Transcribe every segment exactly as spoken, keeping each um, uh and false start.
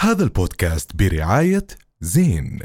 هذا البودكاست برعاية زين.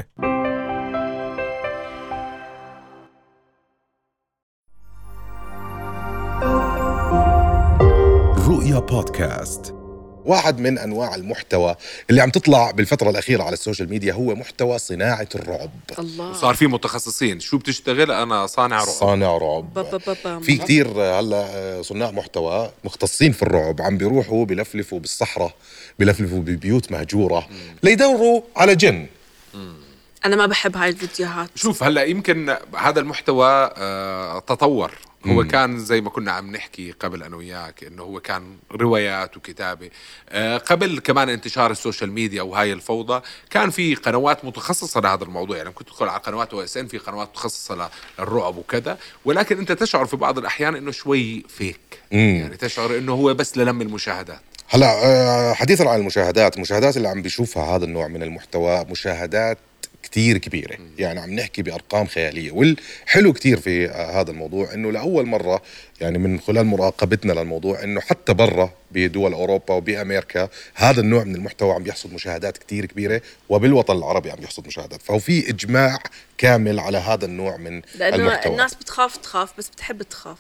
رؤيا بودكاست. واحد من أنواع المحتوى اللي عم تطلع بالفترة الأخيرة على السوشيال ميديا هو محتوى صناعة الرعب. الله. وصار في متخصصين شو بتشتغل، أنا صانع رعب. صانع رعب. با با با با. في كتير هلا صناع محتوى مختصين في الرعب عم بيروحوا بلفلفوا بالصحراء، بلفلفوا ببيوت مهجورة ليدوروا على جن. أنا ما بحب هاي الفيديوهات. شوف هلا يمكن هذا المحتوى آه تطور. هو مم. كان زي ما كنا عم نحكي قبل أنا وياك إنه هو كان روايات وكتابة. آه قبل كمان انتشار السوشيال ميديا وهاي الفوضى كان في قنوات متخصصة لهذا الموضوع، يعني كنت تدخل على قنوات او اس ان في قنوات متخصصة للرعب وكذا، ولكن أنت تشعر في بعض الأحيان إنه شوي فيك. مم. يعني تشعر إنه هو بس للم المشاهدات. هلا حديثا عن المشاهدات، المشاهدات اللي عم بيشوفها هذا النوع من المحتوى مشاهدات كتير كبيرة، يعني عم نحكي بأرقام خيالية. والحلو كتير في هذا الموضوع إنه لأول مرة يعني من خلال مراقبتنا للموضوع إنه حتى برا بدول أوروبا وبأمريكا هذا النوع من المحتوى عم يحصد مشاهدات كتير كبيرة، وبالوطن العربي عم يحصد مشاهدات. فهو في إجماع كامل على هذا النوع من لأنه المحتوى. الناس بتخاف تخاف بس بتحب تخاف.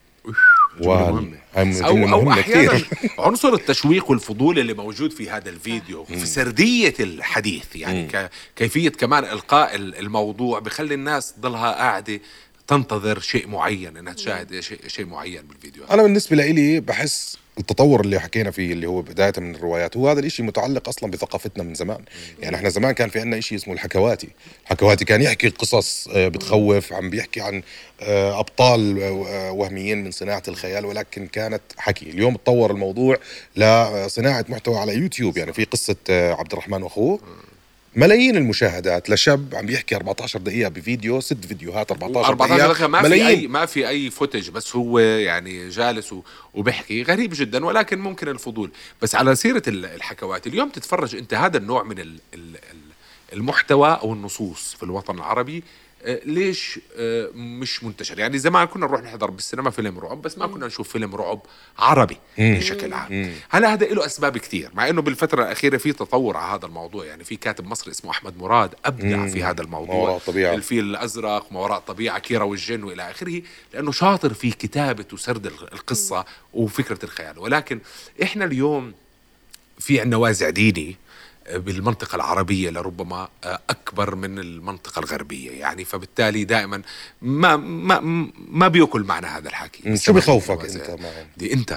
وال... أو, أو أحيانا عنصر التشويق والفضول اللي موجود في هذا الفيديو في سردية الحديث، يعني ك... كيفية كمان إلقاء الموضوع بخلي الناس ضلها قاعدة تنتظر شيء معين، إنها تشاهد شيء, شيء معين بالفيديو. أنا بالنسبة لي بحس التطور اللي حكينا فيه اللي هو بداية من الروايات، هو هذا الاشي متعلق أصلا بثقافتنا من زمان. يعني احنا زمان كان في عنا اشي اسمه الحكواتي. الحكواتي كان يحكي قصص بتخوف، عم بيحكي عن أبطال وهميين من صناعة الخيال، ولكن كانت حكي. اليوم تطور الموضوع لصناعة محتوى على يوتيوب. يعني في قصة عبد الرحمن وأخوه ملايين المشاهدات لشاب عم بيحكي أربعة عشر دقيقة بفيديو، ست فيديوهات أربعة عشر دقيقة ما في أي ما في أي فوتج، بس هو يعني جالس وبيحكي غريب جدا، ولكن ممكن الفضول. بس على سيرة الحكوات، اليوم تتفرج أنت هذا النوع من المحتوى أو النصوص في الوطن العربي ليش مش منتشر؟ يعني زمان كنا نروح نحضر بالسينما فيلم رعب، بس ما كنا نشوف فيلم رعب عربي بشكل عام. هلا هذا له أسباب كتير، مع إنه بالفترة الأخيرة في تطور على هذا الموضوع. يعني في كاتب مصري اسمه أحمد مراد أبدع مم. في هذا الموضوع، الفيل الأزرق، ما وراء الطبيعة، كيرة والجن وإلى آخره، لأنه شاطر في كتابة وسرد القصة وفكرة الخيال. ولكن إحنا اليوم في عنا وازع ديني بالمنطقة العربية لربما أكبر من المنطقة الغربية، يعني فبالتالي دائما ما ما ما بيأكل معنا هذا الحكي. شو بخوفك أنت معهم؟ دي أنت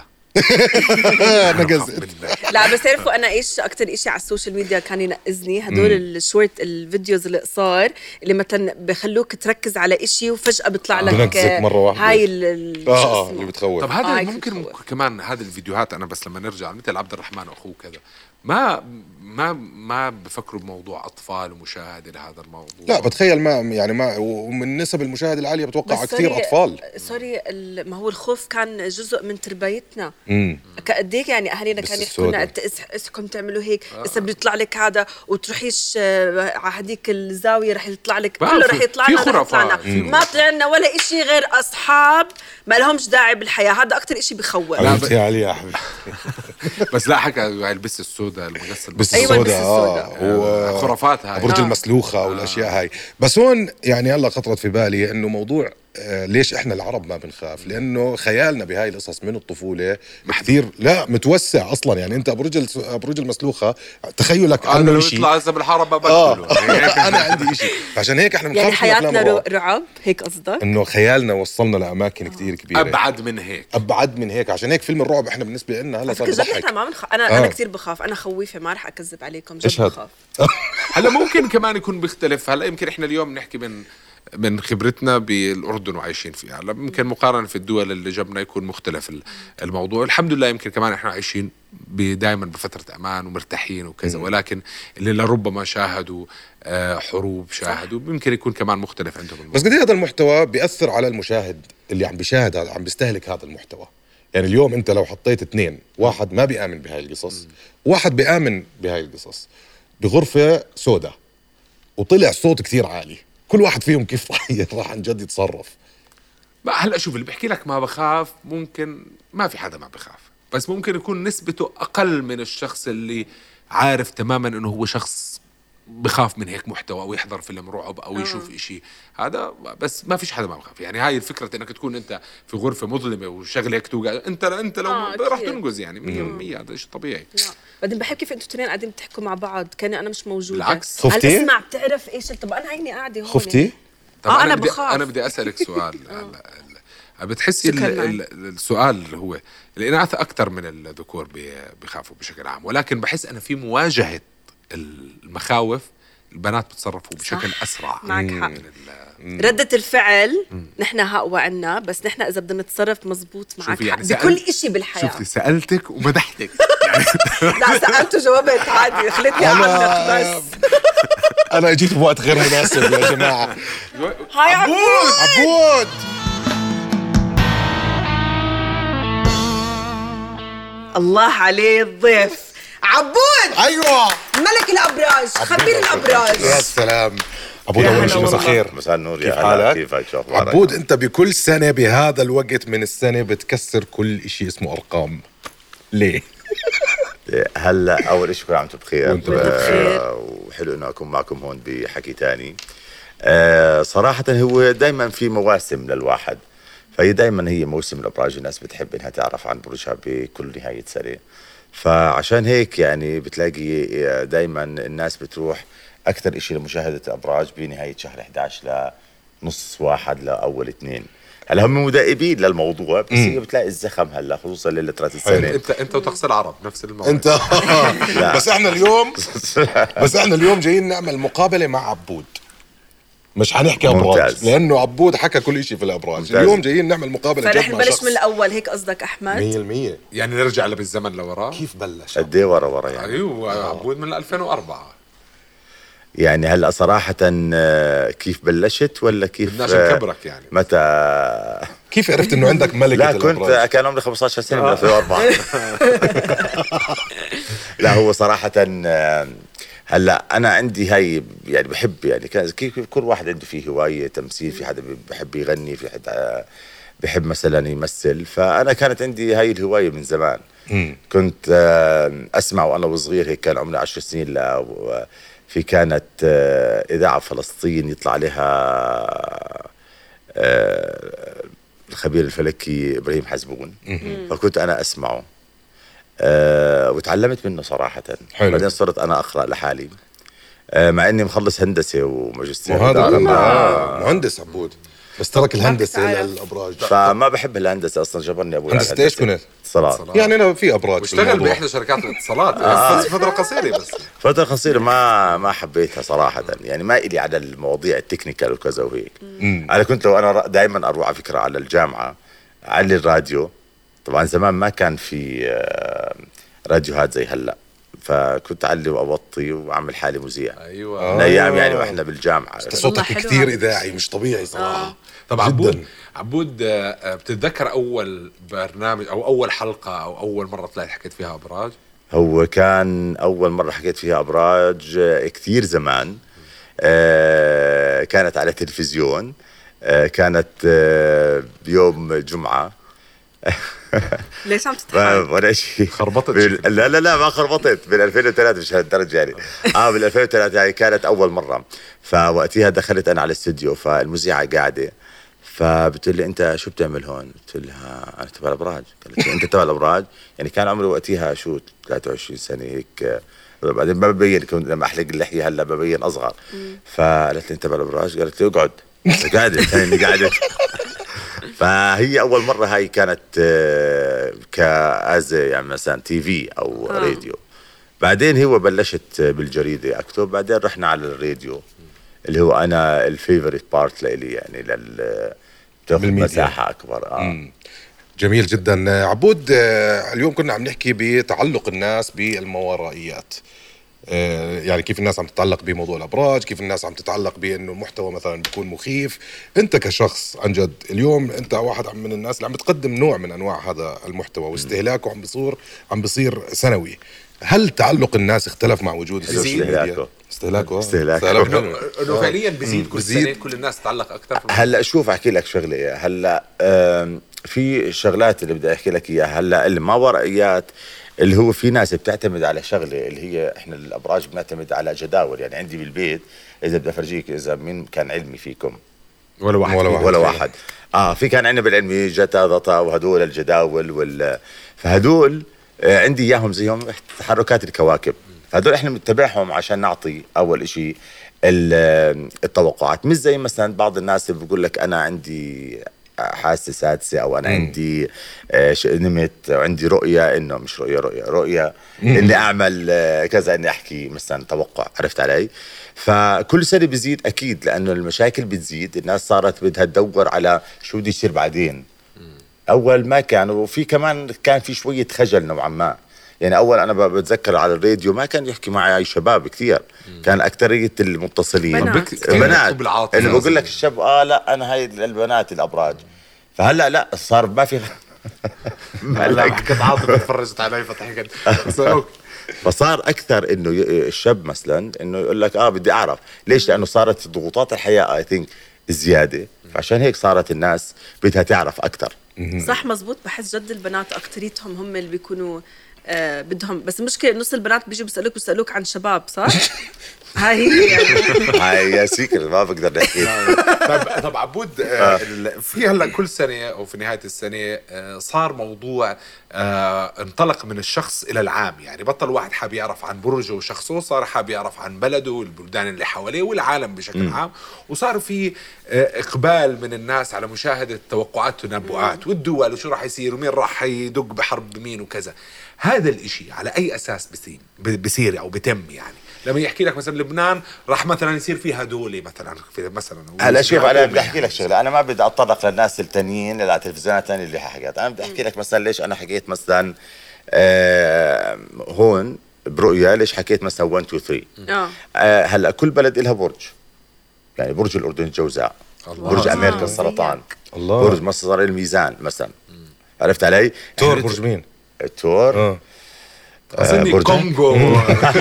لا بس تعرفوا أنا إيش أكتر إشي على السوشيال ميديا كان ينقذني؟ هدول الشورت الفيديوز القصار اللي مثلا بخلوك تركز على إشي وفجأة بيطلع لك هاي آه اللي بتخوف. طب هذا ممكن كمان هذه الفيديوهات أنا بس لما نرجع مثل عبد الرحمن أخوه كذا ما ما ما بفكروا بموضوع أطفال ومشاهدة لهذا الموضوع. لا بتخيل ما يعني ما ومن نسب المشاهدة العالية بتوقع كثير أطفال. سوري ما هو الخوف كان جزء من تربيتنا. كأديك يعني أهالينا كانوا يحكوا لنا اسكم تعملوا هيك إذا بيطلع لك هذا وتروحيش على هذيك الزاوية رح يطلع لك كله رح يطلع لنا. ما طلعنا ولا إشي غير أصحاب ما لهمش داعي بالحياة. هذا أكتر إشي بخوف. عرفتي علي يا حبيبي. بس لا حكى البس السوداء المغسل بس السوداء آه خرافات هاي برج آه. المسلوخة آه. والأشياء هاي. بس هون يعني هلا خطرت في بالي إنه موضوع آه ليش إحنا العرب ما بنخاف؟ لأنه خيالنا بهاي القصص من الطفولة كثير لا متوسع أصلا. يعني أنت برج برج المسلوخة تخيلك عنه شيء يطلع إذا بالحرب آه. أنا عندي شيء، عشان هيك إحنا يعني حياتنا رعب هيك قصدك؟ إنه خيالنا وصلنا لأماكن كتير كبيرة أبعد من هيك أبعد من هيك. عشان هيك فيلم الرعب إحنا بالنسبة لنا هلا صار بضحك. أنا ما بنخ... أنا آه. أنا كتير بخاف. أنا خويفة ما رح أكذب عليكم جد بخاف. هلا ممكن كمان يكون بيختلف. هلا يمكن إحنا اليوم نحكي من من خبرتنا بالأردن وعايشين فيها. هلا يمكن مقارنة في الدول اللي جبنا يكون مختلف الموضوع. الحمد لله يمكن كمان إحنا عايشين دائما بفترة أمان ومرتاحين وكذا، ولكن اللي لربما شاهدوا حروب شاهدوا يمكن يكون كمان مختلف عندهم الموضوع. بس قد هذا المحتوى بيأثر على المشاهد اللي عم بيشاهد عم بيستهلك هذا المحتوى. يعني اليوم أنت لو حطيت اثنين، واحد ما بيآمن بهاي القصص واحد بيآمن بهاي القصص بغرفة سوداء وطلع صوت كثير عالي، كل واحد فيهم كيف راح عن جد يتصرف؟ هلا شوف اللي بحكي لك ما بخاف، ممكن ما في حدا ما بخاف، بس ممكن يكون نسبته أقل من الشخص اللي عارف تماما انه هو شخص بخاف من هيك محتوى او يحضر فيلم رعب او يشوف إشي هذا. بس ما فيش حدا ما بخاف. يعني هاي الفكرة انك تكون انت في غرفة مظلمة وشغله هيك توقع انت انت لو آه راح تنقز يعني مية بالمية. هذا شيء طبيعي. لا بعدين بحب كيف انتوا اثنين قاعدين بتحكوا مع بعض كاني انا مش موجودة. بالعكس. خفتي؟ اسمع بتعرف ايش؟ طب انا هيني قاعدة هون. خفتي؟ طب آه انا, أنا بدي بخاف. انا بدي اسالك سؤال. هلا بتحسي ال شكراً ال السؤال اللي هو الاناث اكثر من الذكور بي- بيخافوا بشكل عام، ولكن بحس انا في مواجهة المخاوف البنات بتصرفوا بشكل صح. اسرع. معك حق. من ردة الفعل نحن اقوى عنا، بس نحن اذا بدنا نتصرف مزبوط معك شوفي حق يعني بكل سألت- إشي بالحياة. شفتي سألتك ومدحتك. لا سألته جوابت عادي خلتني اعلق بس. انا اجيت بوقت غير مناسب يا جماعه. هاي عبود عبود الله عليه الضيف عبود ايوه ملك الابراج خبير الابراج. يا سلام عبود، يا اول هلا شيء مساء والله. الخير. مساء النور. كيف يا هلا، حالك؟ كيفك؟ شو اخبارك؟ عبود انت بكل سنه بهذا الوقت من السنه بتكسر كل شيء اسمه ارقام، ليه؟ هلا اول شيء كل عام وانتم بخير. وانتم بخير. آه، وحلو انه اكون معكم هون بحكي تاني. آه، صراحه هو دائما في مواسم للواحد، فهي دائما هي موسم الابراج، الناس بتحب انها تعرف عن برجها بكل نهايه سنه، فعشان هيك يعني بتلاقي دائما الناس بتروح اكثر شيء لمشاهده الابراج بنهايه شهر إحدى عشر لنص واحد لاول اثنين. هلا هم مدائبين للموضوع، بس هي بتلاقي الزخم هلا خصوصا ليله راس السنه. انت انت وتقص العرب نفس الموضوع. انت بس احنا اليوم بس احنا اليوم جايين نعمل مقابله مع عبود، مش حنحكي ابراج ممتاز. لانه عبود حكى كل شيء في الابراج. ممتاز. اليوم جايين نعمل مقابله فرح جد مع نبلش شخص من الاول هيك قصدك احمد؟ مية بالمية. يعني نرجع بالزمن لورا. كيف بلش؟ قد ايه ورا ورا يعني؟ ايوه عبود من ألفين وأربعة. يعني هلا صراحة آه، كيف بلشت ولا كيف بدناش آه، نكبرك يعني. متى؟ كيف عرفت انه عندك ملكه لا كنت الابراج؟ كان عمري خمسة عشر سنة من ألفين وأربعة. لا هو صراحة آه، هلا أنا عندي هاي يعني بحب يعني كان كيف كل واحد عنده فيه هواية تمثيل، في حدا بحب يغني، في حدا بحب مثلا يمثل، فأنا كانت عندي هاي الهواية من زمان. مم. كنت آه، أسمع وأنا وصغير هيك كان عمري عشر سنين ل في كانت آه، إذاعة فلسطين يطلع عليها آه، الخبير الفلكي إبراهيم حزبون، فكنت أنا أسمعه أه وتعلمت منه صراحة. حلو. بعدين صرت أنا أقرأ لحالي أه مع إني مخلص هندسة وماجستير وهذا إدارة. كان آه. مهندس عبود، بس ترك الهندسه بتعرف. للابراج. فما بحب الهندسة أصلا، جبرني أبوي على هندسة إيش كنت؟ اتصالات. يعني انا في ابراج في واشتغل الموضوع. باحدى شركات الاتصالات بس فتره قصيره بس. فترة قصيرة ما ما حبيتها صراحة، يعني ما إلي على المواضيع التكنيكال وكذا وهيك. أنا كنت لو أنا دائما أروح على فكرة على الجامعة على الراديو، طبعا زمان ما كان في آه، راديوهات زي هلا، فكنت أعلي وأوطي وأعمل حالي مذيع ايوه. من أيام يعني وإحنا بالجامعة. صوتك والله حلو كثير هذا. اذاعي مش طبيعي صراحه. طب جداً. عبود عبود آه، بتتذكر اول برنامج او اول حلقه او اول مره طلعت حكيت فيها ابراج؟ هو كان أول مرة حكيت فيها أبراج آه، كتير زمان، آه، كانت على التلفزيون، آه، كانت آه، بيوم جمعة. ليش عم تضحك؟ ما- ولا شيء. خربطت بال... شكلك. لا لا لا ما خربطت بال ألفين وثلاثة مش هالدرجة يعني. اه بال ألفين وثلاثة يعني كانت أول مرة، فوقتها دخلت أنا على الاستوديو، فالمذيعة قاعدة فبتقول لي أنت شو بتعمل هون؟ قلت لها أنا تبع الأبراج. قالت لي أنت تبع الأبراج؟ يعني كان عمري وقتها شو ثلاثة وعشرين سنة هيك، بعدين ما ببين كنت لما أحلق اللحية هلا ببين أصغر. فقالت لي أنت تبع الأبراج؟ قالت لي اقعد. قاعدة ثاني قاعدة. فهي أول مرة هاي كانت آه، كأز يعني مثلا تي في أو آه. راديو. بعدين هو بلشت بالجريدة أكتب، بعدين رحنا على الراديو اللي هو أنا الفيفوريت بارت لإلي يعني لل تاخذ بالميديا. مساحة أكبر. آه. جميل جدا. عبود آه، اليوم كنا عم نحكي بتعلق الناس بالماورائيات، آه، يعني كيف الناس عم تتعلق بموضوع الابراج، كيف الناس عم تتعلق بانه المحتوى مثلا بيكون مخيف. انت كشخص عن جد اليوم انت واحد من الناس اللي عم بتقدم نوع من انواع هذا المحتوى واستهلاكه عم بيصير عم بيصير سنوي. هل تعلق الناس اختلف مع وجود السوشيال ميديا؟ استهلاكه. استهلاكه استهلاكه. استهلاكه انه حلو. انه فعليا بيزيد كل بيزيد. سنه، كل الناس تتعلق اكثر في هلا شوف احكي لك شغله. هلا آم، في شغلات اللي بدي احكي لك اياها هلا اللي ما ورائيات اللي هو في ناس بتعتمد على شغله اللي هي احنا الابراج بنعتمد على جداول. يعني عندي بالبيت اذا بدي افرجيك اذا مين كان علمي فيكم ولا واحد ولا واحد, ولا واحد. اه في كان عندنا بالعلمي جتا ضتا وهدول الجداول وال فهدول آه عندي اياهم زيهم تحركات الكواكب. فهدول احنا بنتبعهم عشان نعطي اول اشي التوقعات. مش زي مثلا بعض الناس اللي بيقول لك انا عندي حاسه سادسه او انا م. عندي آه نمت وعندي رؤيه انه مش رؤيه رؤيه رؤيه اني اعمل آه كذا اني احكي مثلا توقع. عرفت علي؟ فكل سنه بيزيد اكيد لانه المشاكل بتزيد. الناس صارت بدها تدور على شو بده يصير بعدين. اول ما كان وفي كمان كان في شويه خجل نوعا ما. يعني اول انا بتذكر على الراديو ما كان يحكي معي شباب كثير. كان اكثريه المتصلين بنات, بنات. اللي بقول لك الشاب اه لا انا هاي البنات الابراج. فهلا لا صار ما في هلا حكيت عاطفه تفرجت علي فضحكت. فصار اكثر انه الشاب مثلا انه يقول لك اه بدي اعرف ليش. لانه صارت ضغوطات الحياه اي ثينك زياده. فعشان هيك صارت الناس بدها تعرف اكثر. صح مزبوط. بحس جد البنات اكتريتهم هم اللي بيكونوا آه بدهم. بس المشكله نص البنات بيجوا بيسالوك بيسالوك عن شباب صح. هاي هي يعني. هاي يا سيكر ما بقدر نحكي. طب طب عبود آه في هلا كل سنه او في نهايه السنه آه صار موضوع آه انطلق من الشخص الى العام. يعني بطل واحد حاب يعرف عن برجه وشخصه صار حاب يعرف عن بلده والبلدان اللي حواليه والعالم بشكل م. عام. وصار في آه اقبال من الناس على مشاهده توقعات وتنبؤات والدول وشو راح يصير ومين راح يدق بحرب مين وكذا. هذا الاشي على اي اساس بصير بصير او بتم؟ يعني لما يحكي لك مثلا لبنان راح مثلا يصير فيها دولة مثلا في مثلا. هلا شوف انا بدي احكي لك شغله. انا ما بدي اتطرق للناس التانيين على التلفزيونات الثانيه اللي حكيت. انا بدي احكي لك مثلا ليش انا حكيت مثلا آه هون برؤيا. ليش حكيت مثلا واحد اثنين ثلاثة آه هلا كل بلد لها برج. يعني برج الاردن الجوزاء. الله. برج امريكا السرطان. الله. برج مصر الميزان مثلا. عرفت علي؟ تور برج مين؟ التور آه. أصلني كونغو.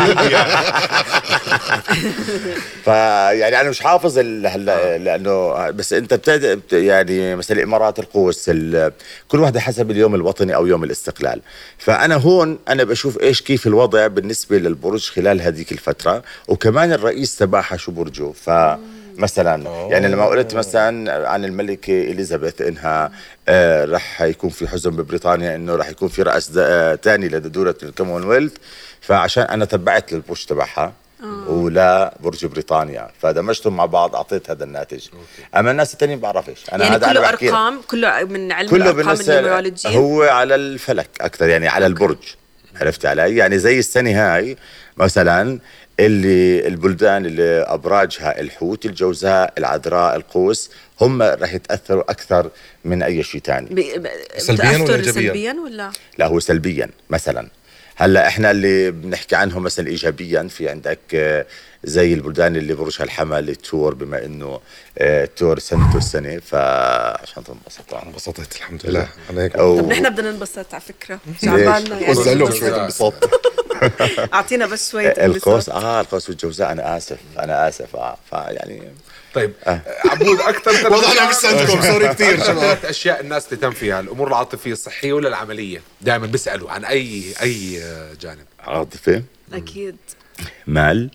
فيعني أنا مش حافظ هلا لأنه بس أنت بتعد يعني مثلا الإمارات القوس كل واحدة حسب اليوم الوطني أو يوم الاستقلال. فأنا هون أنا بشوف إيش كيف الوضع بالنسبة للبرج خلال هذيك الفترة. وكمان الرئيس تبعها شو برجه. ف مثلا أوه. يعني لما قلت مثلا عن الملكة إليزابيث إنها آه رح يكون في حزن ببريطانيا إنه رح يكون في رئيس آه تاني لدولة الكومنولث. فعشان أنا تبعت للبرج تبعها ولا برج بريطانيا فدمجتهم مع بعض أعطيت هذا الناتج. أوكي. أما الناس التانيين بعرفش. أنا يعني هذا كله أرقام كله من علم كله الأرقام النيميرولوجية. هو على الفلك أكثر يعني على أوكي. البرج. عرفت علي؟ يعني زي السنة هاي مثلا اللي البلدان اللي أبراجها الحوت الجوزاء العذراء القوس هم راح يتأثروا أكثر من أي شيء تاني. سلبيا ولا إيجابيا؟ سلبيا ولا؟ لا هو سلبيا. مثلا هلا احنا اللي بنحكي عنهم مثلا ايجابيا في عندك زي البلدان اللي برجها الحمل التور بما انه التور سنته السنه فعشان تنبسط. انا انبسطت الحمد لله. انا هيك أو... طب نحن بدنا ننبسط على فكره. شعباننا يعني وزع لهم شويه انبساط. اعطينا بس شويه القوس اه القوس والجوزاء. انا اسف انا اسف اه فيعني طيب آه. عبود اكثر وضعنا مش عندكم سوري كثير شباب. ثلاث اشياء الناس تهتم فيها الامور العاطفيه الصحيه ولا العمليه؟ دائما بيسالوا عن اي اي جانب. عاطفه اكيد. مال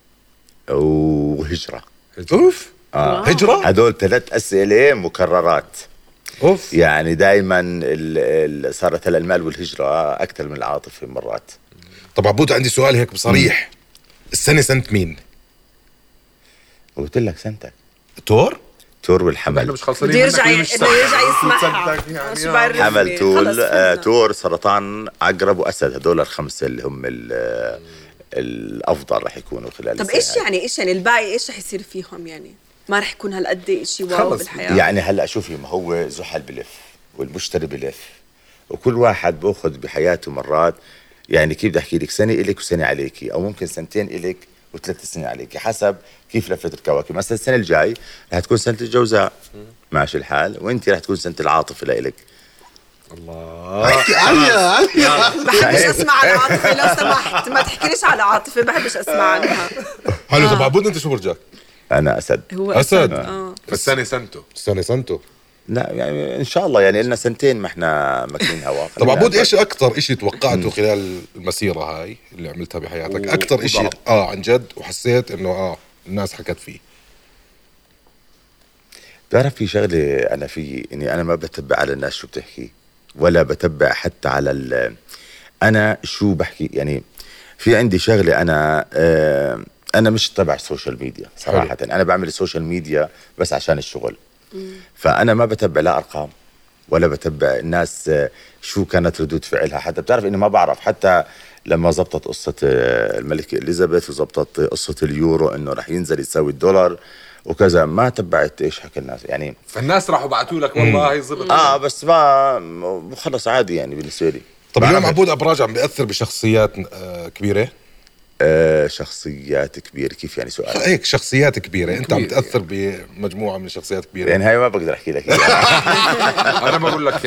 وهجره. اوف آه. هجره. هدول ثلاث اسئله مكررات. اوف يعني دائما صارت هلا المال والهجره اكثر من العاطفه مرات. طب عبود عندي سؤال هيك بصريح. السنه سنه مين؟ قلت لك سنتك تور تور والحمل. مش خلصانين بده يرجع ي... يرجع يسمعها. يعني حمل تول آه، تور سرطان عقرب واسد. هدول الخمسه اللي هم الافضل رح يكونوا خلال. طب ايش يعني ايش يعني الباقي ايش رح يصير فيهم؟ يعني ما رح يكون هالقد شيء واو بالحياه. يعني هلا شوفي ما هو زحل بلف والمشتري بلف وكل واحد باخذ بحياته مرات. يعني كيف بدي احكي لك سنه الك وسنه عليكي او ممكن سنتين الك وثلاث سنين عليك حسب كيف لفت الكواكب. مثلا السنه الجاي رح تكون سنه الجوزاء ماشي الحال وانت رح تكون سنه العاطفه لإلك. الله عليا عليا بحبش اسمع عن عاطفه لو سمحت ما تحكيليش على عاطفه بحبش اسمع عنها. حلو. طب عبود انت شو برجك؟ انا اسد. هو اسد اه السنه سنته السنه سنته لا يعني ان شاء الله يعني لنا سنتين ما احنا ماكلين هواء. طب عبود ايش اكثر اشي توقعته خلال المسيره هاي اللي عملتها بحياتك؟ اكثر اشي اه عن جد وحسيت انه اه الناس حكت فيه؟ بتعرف في شغله انا في اني انا ما بتبع على الناس شو بتحكي ولا بتبع حتى على ال انا شو بحكي. يعني في عندي شغله انا آه انا مش تبع السوشيال ميديا صراحه. حلو. انا بعمل السوشيال ميديا بس عشان الشغل. مم. فانا ما بتبع لا ارقام ولا بتبع الناس شو كانت ردود فعلها. حتى بتعرف اني ما بعرف حتى لما زبطت قصه الملكه اليزابيث وزبطت قصه اليورو انه رح ينزل يساوي الدولار وكذا، ما تبعت ايش حكى الناس يعني. فالناس راحوا بعتوا لك والله هي زبط اه بس ما خلص عادي يعني بالنسبه لي. طب اليوم عبود ابراج عم بياثر بشخصيات آه كبيره؟ آه شخصيات كبيرة كيف يعني سؤال؟ هيك شخصيات كبيرة كبير. انت عم تأثر بمجموعة من شخصيات كبيرة يعني هاي ما بقدر احكي لك اياها. انا بقول لك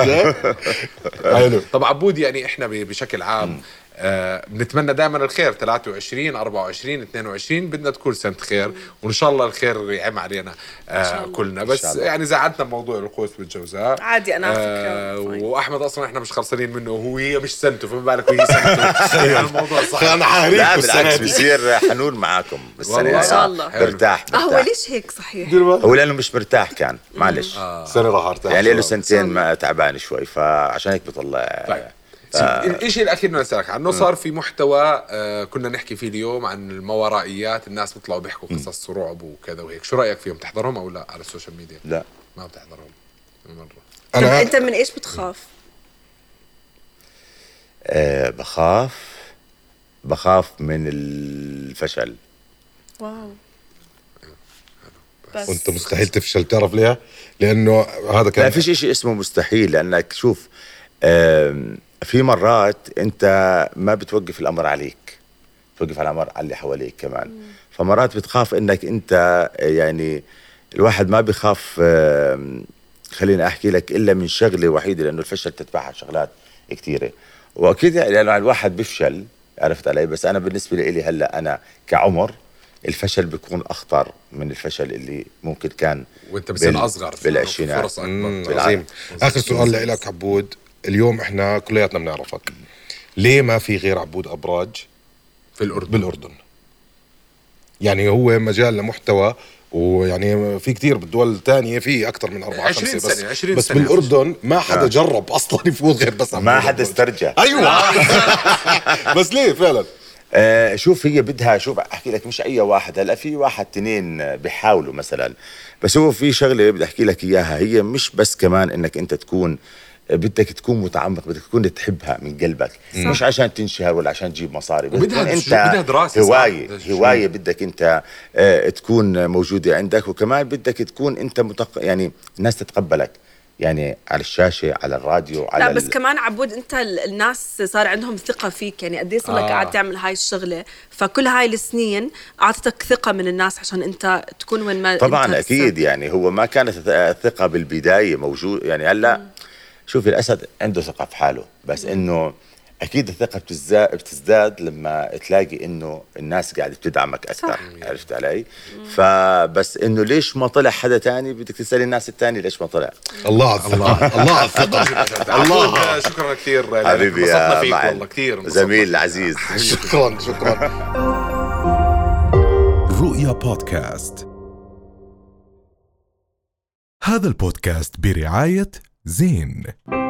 اه طب عبود يعني احنا بشكل عام آه بنتمنى دائما الخير. ثلاثة وعشرين أربعة وعشرين اثنين وعشرين بدنا تكون سنة خير وان شاء الله الخير يعم علينا آه كلنا. بس يعني زعلتنا بموضوع القوس والجوزاء عادي انا آه واحمد اصلا احنا مش خلصانين منه وهي مش سنته فما بالك وهي سنته. الموضوع صح. انا حاريك. لا بالعكس بصير حنون معاكم بالسنة ان شاء الله برتاح. اه هو ليش هيك صحيح؟ هو لانه مش مرتاح كان معلش آه. سنة راح ارتاح يعني له سنتين ما تعبان شوي فعشان هيك بطلع. طيب الشيء الأخير بدنا نسألك عنه صار في محتوى آه كنا نحكي فيه اليوم عن الماورائيات. الناس بيطلعوا بيحكوا قصص رعب وكذا وهيك. شو رأيك فيهم؟ تحضرهم أو لا على السوشيال ميديا؟ لا ما بتحضرهم مرة. أنا أنت من إيش بتخاف؟ أه بخاف بخاف من الفشل. واو. بس وانت مستحيل تفشل. تعرف ليه؟ لأنه هذا كان لا فيش إشي اسمه مستحيل. لأنك شوف في مرات انت ما بتوقف الامر عليك، توقف على الامر على اللي حواليك كمان. مم. فمرات بتخاف انك انت يعني الواحد ما بيخاف خليني احكي لك الا من شغله وحيده لانه الفشل تتبعها شغلات كثيره. واكيد يعني الواحد بيفشل عرفت علي. بس انا بالنسبه لي هلا انا كعمر الفشل بيكون اخطر من الفشل اللي ممكن كان وانت بصير اصغر بالعشرينات. فرص اكبر. عظيم. اخر سؤال لك عبود. اليوم احنا كلياتنا بنعرفك، ليه ما في غير عبود أبراج في الأردن؟ بالأردن يعني هو مجال لمحتوى ويعني في كتير بالدول الثانية في أكثر من أربعة خمسة بس سنة عشرين بس سنة بالأردن ما حدا جرب أصلا يفوت غير بس ما حدا استرجع. أيوة. بس ليه فعلا؟ آه شوف هي بدها شوف احكي لك مش اي واحد. هلا في واحد تنين بيحاولوا مثلا بس هو في شغله بدي احكي لك اياها. هي مش بس كمان انك انت تكون بدك تكون متعمق، بدك تكون تحبها من قلبك. صح. مش عشان تنشهر ولا عشان تجيب مصاري. بدها انت بدها دراسه هوايه هوايه بدك انت اه تكون موجوده عندك. وكمان بدك تكون انت متق... يعني الناس تتقبلك يعني على الشاشه على الراديو على لا بس ال... كمان عبود انت الناس صار عندهم ثقه فيك. يعني قد ايه صار لك قاعد تعمل هاي الشغله فكل هاي السنين اعطتك ثقه من الناس عشان انت تكون وين ما طبعا اكيد يعني هو ما كانت ثقه بالبدايه موجود يعني هلا م. شوفي الأسد عنده ثقة في حاله بس إنه أكيد الثقة بتزداد, بتزداد لما تلاقي إنه الناس قاعدة بتدعمك أكثر. عرفت علي؟ فبس إنه ليش ما طلع حدا تاني بدك تسألي الناس التاني ليش ما طلع. الله على الثقة. الله على الثقة. الله. شكرا كثير حبيبي يا والله كثير زميل العزيز. شكرا شكرا. رؤيا بودكاست. هذا البودكاست برعاية زين.